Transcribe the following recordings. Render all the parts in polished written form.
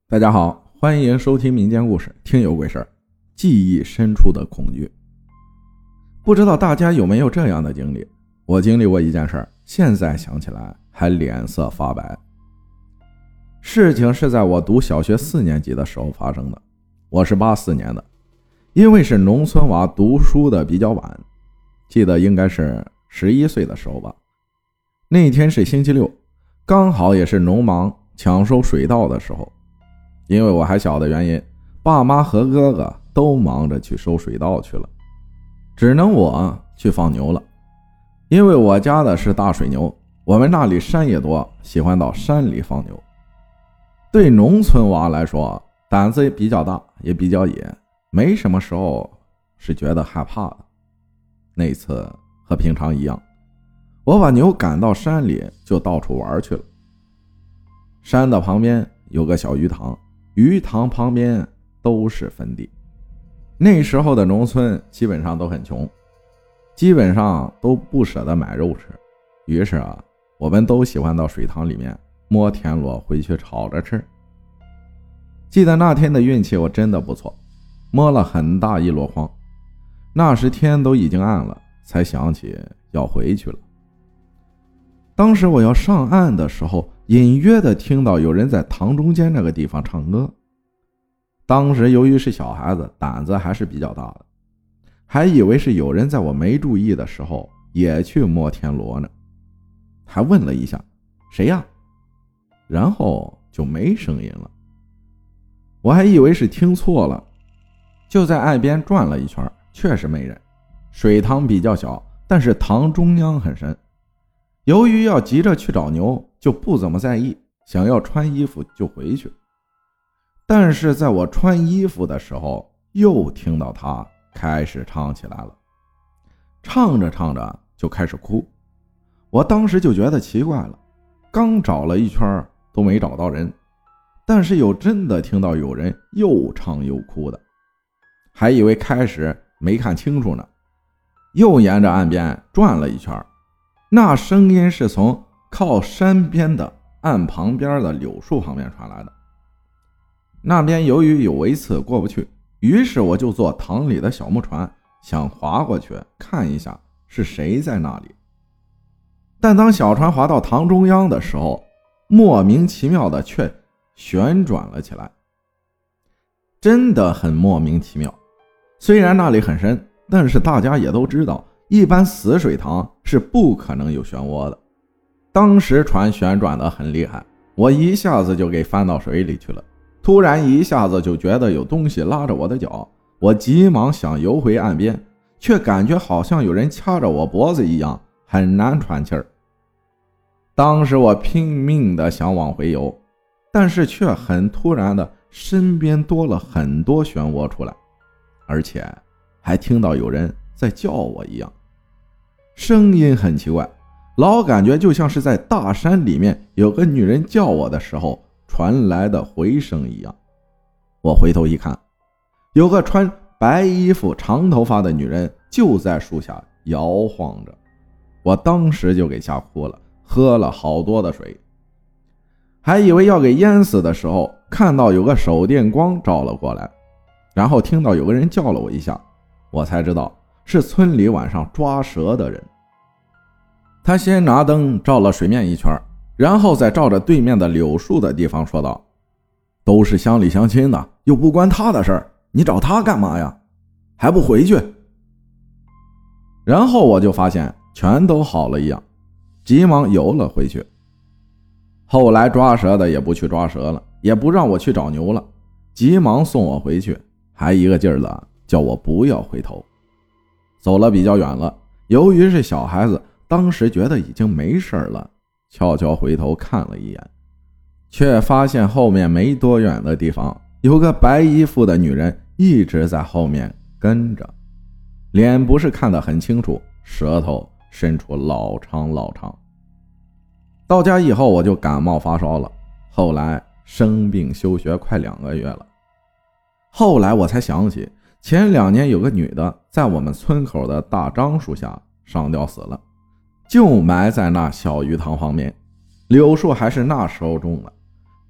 大家好，欢迎收听民间故事，听有鬼事儿，记忆深处的恐惧。不知道大家有没有这样的经历？我经历过一件事儿，现在想起来还脸色发白。事情是在我读小学4年级的时候发生的。我是84年的，因为是农村娃，读书的比较晚，记得应该是11岁的时候吧。那天是星期六，刚好也是农忙抢收水稻的时候。因为我还小的原因，爸妈和哥哥都忙着去收水稻去了，只能我去放牛了。因为我家的是大水牛，我们那里山也多，喜欢到山里放牛。对农村娃来说，胆子比较大，也比较野，没什么时候是觉得害怕的。那次和平常一样，我把牛赶到山里就到处玩去了。山的旁边有个小鱼塘，鱼塘旁边都是坟地。那时候的农村基本上都很穷，基本上都不舍得买肉吃，于是我们都喜欢到水塘里面摸田螺回去炒着吃。记得那天的运气我真的不错，摸了很大一箩筐。那时天都已经暗了，才想起要回去了。当时我要上岸的时候，隐约的听到有人在塘中间那个地方唱歌。当时由于是小孩子，胆子还是比较大的，还以为是有人在我没注意的时候也去摸田螺呢，还问了一下谁呀，然后就没声音了。我还以为是听错了，就在岸边转了一圈，确实没人。水塘比较小，但是塘中央很深。由于要急着去找牛，就不怎么在意，想要穿衣服就回去。但是在我穿衣服的时候，又听到他开始唱起来了，唱着唱着就开始哭。我当时就觉得奇怪了，刚找了一圈都没找到人，但是又真的听到有人又唱又哭的，还以为开始没看清楚呢，又沿着岸边转了一圈。那声音是从靠山边的岸旁边的柳树旁边传来的。那边由于有围刺过不去，于是我就坐塘里的小木船，想划过去看一下是谁在那里。但当小船划到塘中央的时候，莫名其妙的却旋转了起来，真的很莫名其妙。虽然那里很深，但是大家也都知道，一般死水塘是不可能有漩涡的。当时船旋转得很厉害，我一下子就给翻到水里去了。突然一下子就觉得有东西拉着我的脚，我急忙想游回岸边，却感觉好像有人掐着我脖子一样，很难喘气儿。当时我拼命的想往回游，但是却很突然的身边多了很多漩涡出来，而且还听到有人在叫我一样，声音很奇怪，老感觉就像是在大山里面有个女人叫我的时候传来的回声一样。我回头一看，有个穿白衣服长头发的女人就在树下摇晃着，我当时就给吓哭了，喝了好多的水，还以为要给淹死的时候，看到有个手电光照了过来，然后听到有个人叫了我一下，我才知道是村里晚上抓蛇的人。他先拿灯照了水面一圈，然后再照着对面的柳树的地方说道：都是乡里乡亲的，又不关他的事儿，你找他干嘛呀？还不回去？然后我就发现全都好了一样，急忙游了回去。后来抓蛇的也不去抓蛇了，也不让我去找牛了，急忙送我回去，还一个劲儿的叫我不要回头。走了比较远了，由于是小孩子，当时觉得已经没事了，悄悄回头看了一眼，却发现后面没多远的地方有个白衣服的女人一直在后面跟着，脸不是看得很清楚，舌头伸出老长老长。到家以后我就感冒发烧了，后来生病休学快2个月了。后来我才想起前2年有个女的在我们村口的大樟树下上吊死了，就埋在那小鱼塘旁边，柳树还是那时候种的，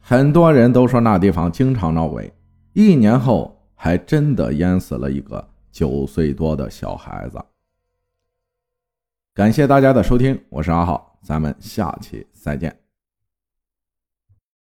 很多人都说那地方经常闹鬼，1年后还真的淹死了一个9岁多的小孩子。感谢大家的收听，我是阿浩，咱们下期再见。